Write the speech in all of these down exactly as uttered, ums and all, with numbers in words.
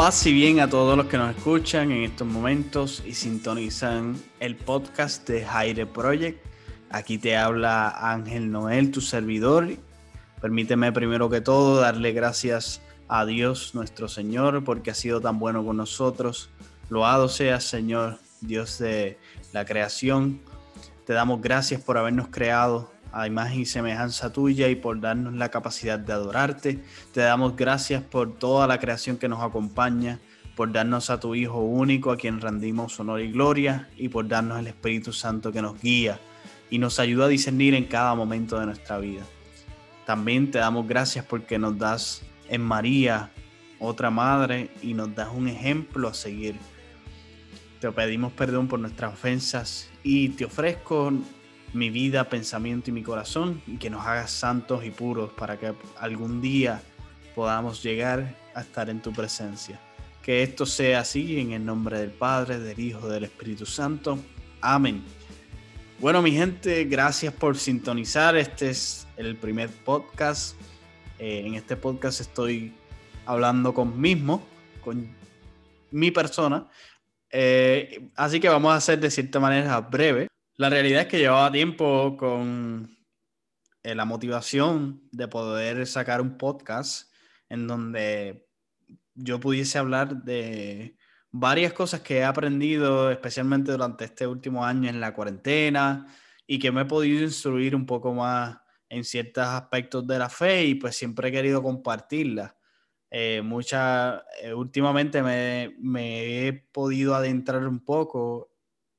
Paz y bien a todos los que nos escuchan en estos momentos y sintonizan el podcast de Jaire Project. Aquí te habla Ángel Noel, tu servidor. Permíteme primero que todo darle gracias a Dios nuestro Señor porque ha sido tan bueno con nosotros. Loado seas, Señor, Dios de la creación. Te damos gracias por habernos creado a imagen y semejanza tuya y por darnos la capacidad de adorarte. Te damos gracias por toda la creación que nos acompaña, por darnos a tu Hijo único a quien rendimos honor y gloria y por darnos el Espíritu Santo que nos guía y nos ayuda a discernir en cada momento de nuestra vida. También te damos gracias porque nos das en María otra madre y nos das un ejemplo a seguir. Te pedimos perdón por nuestras ofensas y te ofrezco mi vida, pensamiento y mi corazón y que nos hagas santos y puros para que algún día podamos llegar a estar en tu presencia. Que esto sea así en el nombre del Padre, del Hijo, del Espíritu Santo. Amén. Bueno, mi gente, gracias por sintonizar. Este es el primer podcast. Eh, en este podcast estoy hablando con mismo, con mi persona. Eh, así que vamos a hacer de cierta manera breve. La realidad es que llevaba tiempo con eh, la motivación de poder sacar un podcast en donde yo pudiese hablar de varias cosas que he aprendido, especialmente durante este último año en la cuarentena, y que me he podido instruir un poco más en ciertos aspectos de la fe y pues siempre he querido compartirlas. Eh, mucha, eh, últimamente me, me he podido adentrar un poco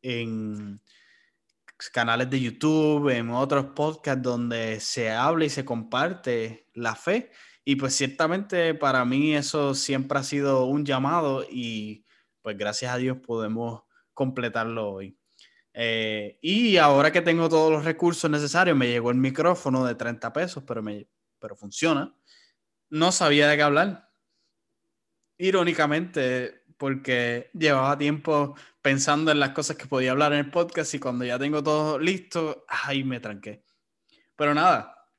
en canales de YouTube, en otros podcasts donde se habla y se comparte la fe. Y pues ciertamente para mí eso siempre ha sido un llamado y pues gracias a Dios podemos completarlo hoy. Eh, y ahora que tengo todos los recursos necesarios, me llegó el micrófono de treinta pesos, pero, me, pero funciona. No sabía de qué hablar. Irónicamente, porque llevaba tiempo pensando en las cosas que podía hablar en el podcast y cuando ya tengo todo listo, ahí me tranqué. Pero nada,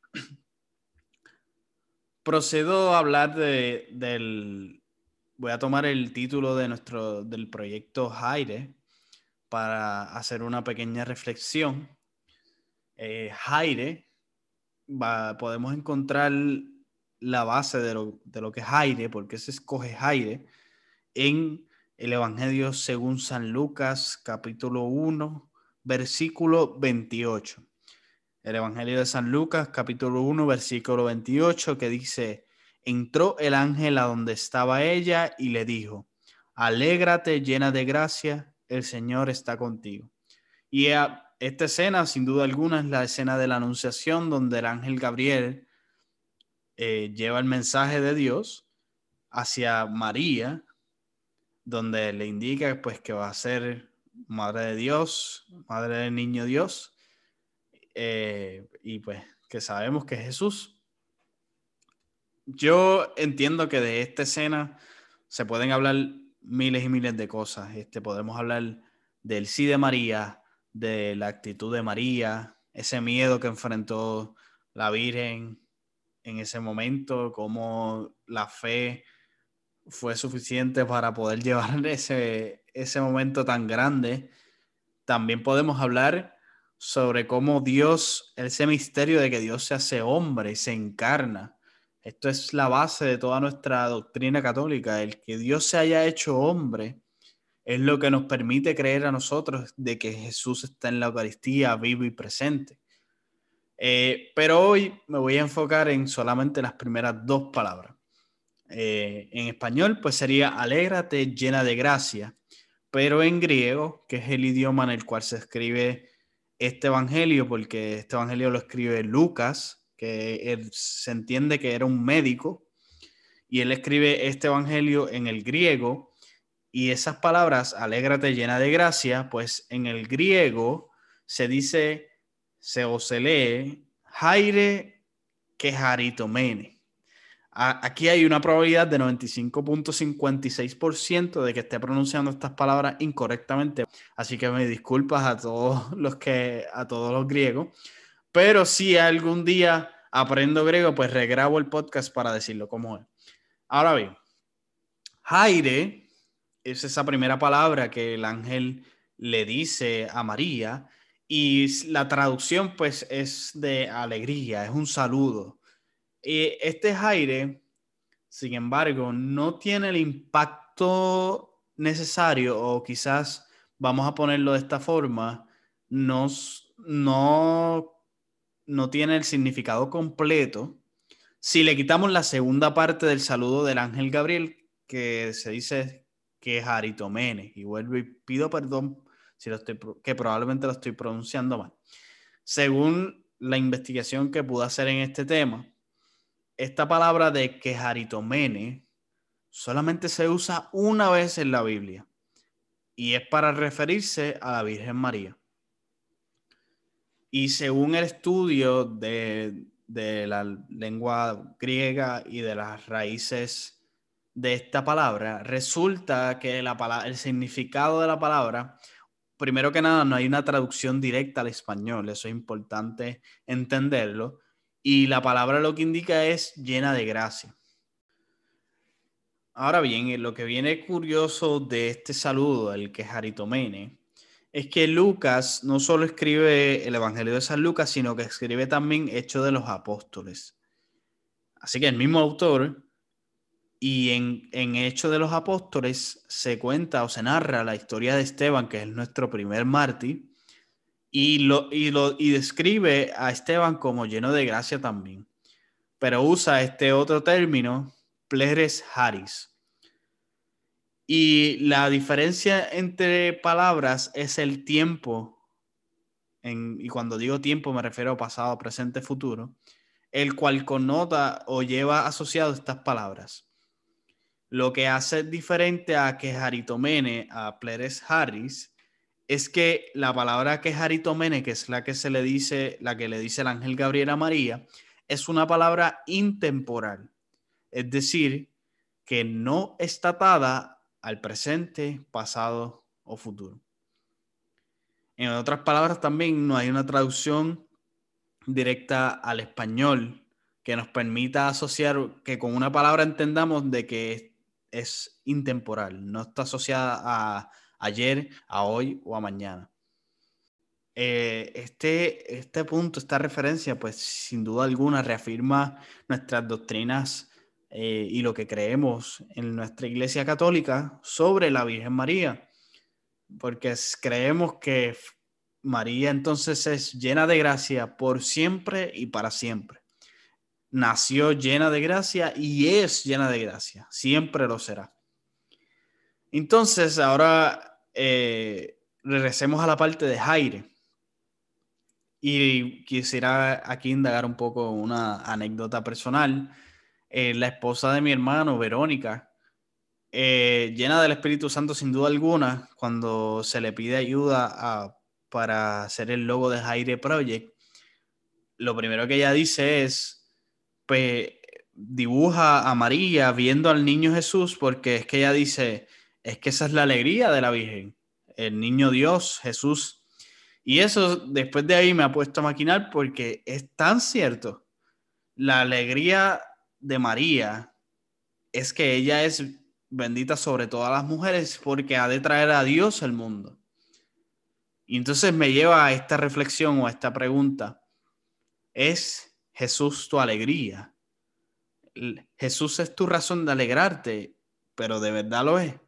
procedo a hablar de, del... Voy a tomar el título de nuestro, del proyecto Jaire para hacer una pequeña reflexión. Eh, Jaire, va, podemos encontrar la base de lo, de lo que es Jaire, porque se escoge Jaire en el Evangelio según San Lucas, capítulo uno, versículo veintiocho. El Evangelio de San Lucas, capítulo uno, versículo veintiocho, que dice: entró el ángel a donde estaba ella y le dijo: alégrate, llena de gracia, el Señor está contigo. Y a, esta escena, sin duda alguna, es la escena de la Anunciación, donde el ángel Gabriel eh, lleva el mensaje de Dios hacia María, donde le indica pues que va a ser madre de Dios, madre del niño Dios, eh, y pues que sabemos que es Jesús. Yo entiendo que de esta escena se pueden hablar miles y miles de cosas. Este, podemos hablar del sí de María, de la actitud de María, ese miedo que enfrentó la Virgen en ese momento, cómo la fe fue suficiente para poder llevar ese, ese momento tan grande. También podemos hablar sobre cómo Dios, ese misterio de que Dios se hace hombre y se encarna. Esto es la base de toda nuestra doctrina católica. El que Dios se haya hecho hombre es lo que nos permite creer a nosotros de que Jesús está en la Eucaristía vivo y presente. Eh, pero hoy me voy a enfocar en solamente las primeras dos palabras. Eh, en español pues sería alégrate, llena de gracia, pero en griego, que es el idioma en el cual se escribe este evangelio, porque este evangelio lo escribe Lucas, que él, se entiende que era un médico, y él escribe este evangelio en el griego, y esas palabras, alégrate, llena de gracia, pues en el griego se dice, se o se lee, Jaire que jaritomene. Aquí hay una probabilidad de noventa y cinco punto cincuenta y seis por ciento de que esté pronunciando estas palabras incorrectamente. Así que me disculpas a todos los que, a todos los griegos. Pero si algún día aprendo griego, pues regrabo el podcast para decirlo como es. Ahora bien, Jaire es esa primera palabra que el ángel le dice a María y la traducción pues es de alegría, es un saludo. Y este Jaire, sin embargo, no tiene el impacto necesario, o quizás vamos a ponerlo de esta forma, no, no, no tiene el significado completo si le quitamos la segunda parte del saludo del ángel Gabriel, que se dice que es Aritomene. Y vuelvo y pido perdón si lo estoy, que probablemente lo estoy pronunciando mal. Según la investigación que pude hacer en este tema, esta palabra de quejaritomene solamente se usa una vez en la Biblia y es para referirse a la Virgen María. Y según el estudio de, de la lengua griega y de las raíces de esta palabra, resulta que la palabra, el significado de la palabra, primero que nada, no hay una traducción directa al español, eso es importante entenderlo. Y la palabra lo que indica es llena de gracia. Ahora bien, lo que viene curioso de este saludo, el quejaritomene, es que Lucas no solo escribe el Evangelio de San Lucas, sino que escribe también Hechos de los Apóstoles. Así que el mismo autor, y en, en Hechos de los Apóstoles se cuenta o se narra la historia de Esteban, que es nuestro primer mártir, y, lo, y, lo, y describe a Esteban como lleno de gracia también. Pero usa este otro término, pleres haris. Y la diferencia entre palabras es el tiempo, en, y cuando digo tiempo me refiero a pasado, presente, futuro, el cual connota o lleva asociado estas palabras. Lo que hace diferente a quejaritomene, a pleres haris, es que la palabra quejaritomene, que es la que se le dice, la que le dice el ángel Gabriel a María, es una palabra intemporal. Es decir, que no está atada al presente, pasado o futuro. En otras palabras, también no hay una traducción directa al español que nos permita asociar, que con una palabra entendamos de que es, es intemporal, no está asociada a ayer, a hoy o a mañana. Eh, este, este punto, esta referencia, pues sin duda alguna reafirma nuestras doctrinas eh, y lo que creemos en nuestra Iglesia Católica sobre la Virgen María, porque creemos que María entonces es llena de gracia por siempre y para siempre. Nació llena de gracia y es llena de gracia, siempre lo será. Entonces, ahora eh, regresemos a la parte de Jaire. Y quisiera aquí indagar un poco una anécdota personal. Eh, la esposa de mi hermano, Verónica, eh, llena del Espíritu Santo sin duda alguna, cuando se le pide ayuda a, para hacer el logo de Jaire Project, lo primero que ella dice es, pues, dibuja a María viendo al niño Jesús, porque es que ella dice, es que esa es la alegría de la Virgen, el niño Dios, Jesús. Y eso después de ahí me ha puesto a maquinar porque es tan cierto. La alegría de María es que ella es bendita sobre todas las mujeres porque ha de traer a Dios al mundo. Y entonces me lleva a esta reflexión o a esta pregunta. ¿Es Jesús tu alegría? Jesús es tu razón de alegrarte, pero de verdad lo es.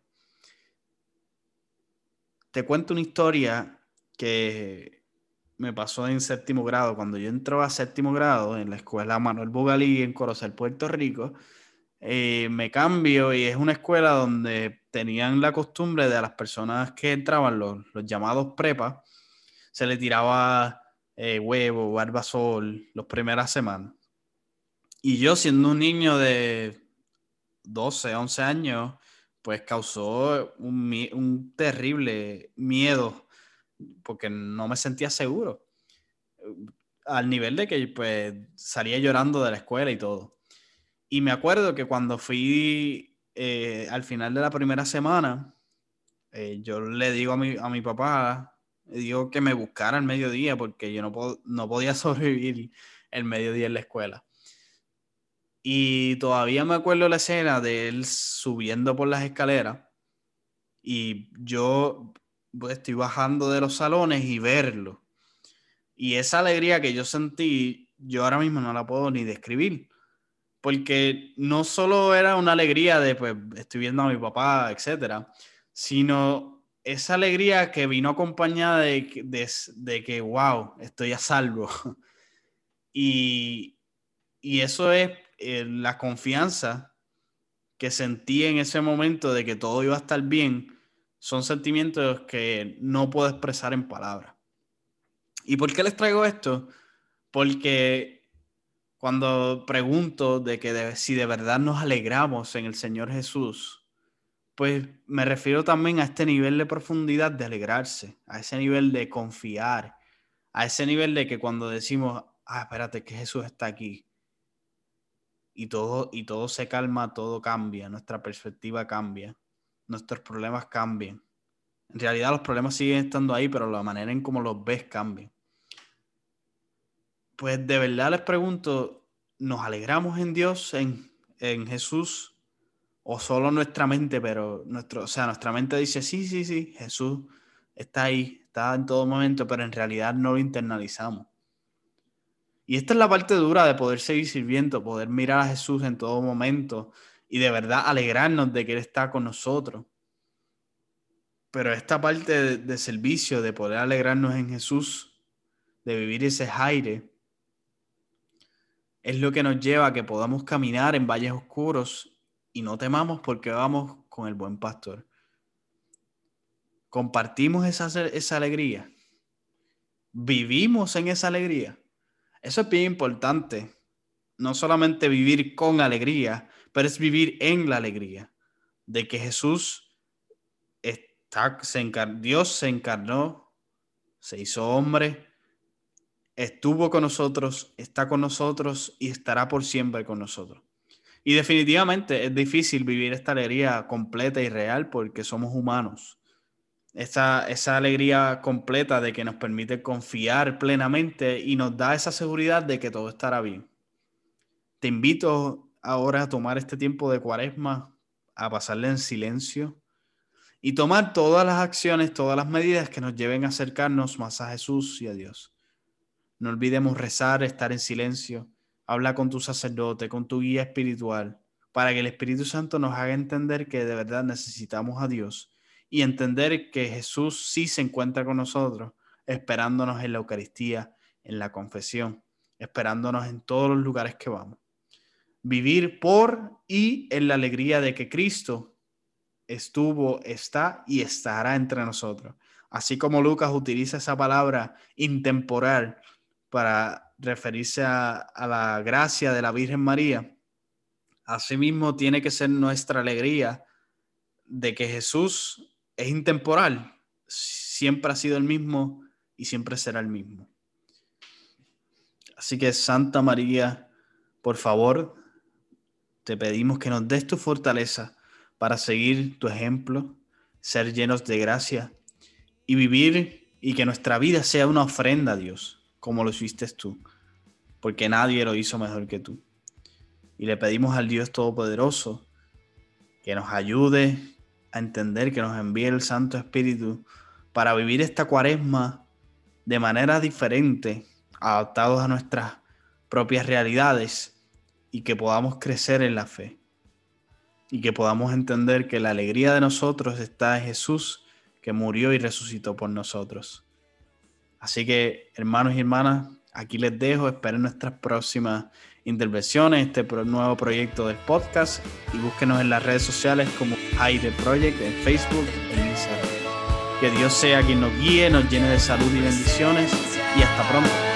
Te cuento una historia que me pasó en séptimo grado. Cuando yo entré a séptimo grado en la escuela Manuel Bugalí en Corozal, Puerto Rico, eh, me cambio y es una escuela donde tenían la costumbre de a las personas que entraban, los, los llamados prepa, se les tiraba eh, huevo, barbasol, las primeras semanas. Y yo, siendo un niño de doce, once años, pues causó un, un terrible miedo porque no me sentía seguro, al nivel de que pues salía llorando de la escuela y todo. Y me acuerdo que cuando fui eh, al final de la primera semana, eh, yo le digo a mi, a mi papá, le digo que me buscara al mediodía porque yo no, no podía sobrevivir el mediodía en la escuela. Y todavía me acuerdo la escena de él subiendo por las escaleras y yo pues, estoy bajando de los salones y verlo. Y esa alegría que yo sentí, yo ahora mismo no la puedo ni describir. Porque no solo era una alegría de, pues, estoy viendo a mi papá, etcétera, sino esa alegría que vino acompañada de, de, de que, wow, estoy a salvo. Y, y eso es eh, la confianza que sentí en ese momento de que todo iba a estar bien. Son sentimientos que no puedo expresar en palabras. ¿Y por qué les traigo esto? Porque cuando pregunto de que de, si de verdad nos alegramos en el Señor Jesús, pues me refiero también a este nivel de profundidad de alegrarse, a ese nivel de confiar, a ese nivel de que cuando decimos, ah, espérate, que Jesús está aquí, y todo, y todo se calma, todo cambia, nuestra perspectiva cambia, nuestros problemas cambian. En realidad los problemas siguen estando ahí, pero la manera en cómo los ves cambia. Pues de verdad les pregunto, ¿nos alegramos en Dios, en, en Jesús? ¿O solo nuestra mente, pero nuestro, o sea, nuestra mente dice, sí, sí, sí, Jesús está ahí, está en todo momento, pero en realidad no lo internalizamos? Y esta es la parte dura de poder seguir sirviendo, poder mirar a Jesús en todo momento y de verdad alegrarnos de que Él está con nosotros. Pero esta parte de, de servicio, de poder alegrarnos en Jesús, de vivir ese aire, es lo que nos lleva a que podamos caminar en valles oscuros y no temamos porque vamos con el buen pastor. Compartimos esa, esa alegría. Vivimos en esa alegría. Eso es bien importante. No solamente vivir con alegría, pero es vivir en la alegría de que Jesús está, se encar- Dios se encarnó, se hizo hombre, estuvo con nosotros, está con nosotros y estará por siempre con nosotros. Y definitivamente es difícil vivir esta alegría completa y real porque somos humanos. Esa, esa alegría completa de que nos permite confiar plenamente y nos da esa seguridad de que todo estará bien. Te invito ahora a tomar este tiempo de Cuaresma, a pasarle en silencio y tomar todas las acciones, todas las medidas que nos lleven a acercarnos más a Jesús y a Dios. No olvidemos rezar, estar en silencio, habla con tu sacerdote, con tu guía espiritual, para que el Espíritu Santo nos haga entender que de verdad necesitamos a Dios y entender que Jesús sí se encuentra con nosotros, esperándonos en la Eucaristía, en la confesión, esperándonos en todos los lugares que vamos. Vivir por y en la alegría de que Cristo estuvo, está y estará entre nosotros. Así como Lucas utiliza esa palabra intemporal para referirse a, a la gracia de la Virgen María, asimismo tiene que ser nuestra alegría de que Jesús es intemporal, siempre ha sido el mismo y siempre será el mismo. Así que Santa María, por favor, te pedimos que nos des tu fortaleza para seguir tu ejemplo, ser llenos de gracia y vivir y que nuestra vida sea una ofrenda a Dios, como lo hiciste tú, porque nadie lo hizo mejor que tú. Y le pedimos al Dios Todopoderoso que nos ayude a entender, que nos envíe el Santo Espíritu para vivir esta Cuaresma de manera diferente, adaptados a nuestras propias realidades y que podamos crecer en la fe y que podamos entender que la alegría de nosotros está en Jesús, que murió y resucitó por nosotros. Así que, hermanos y hermanas, aquí les dejo. Esperen nuestras próximas intervenciones, este nuevo proyecto del podcast, y búsquenos en las redes sociales como Aire Project, en Facebook, en Instagram. Que Dios sea quien nos guíe, nos llene de salud y bendiciones, y hasta pronto.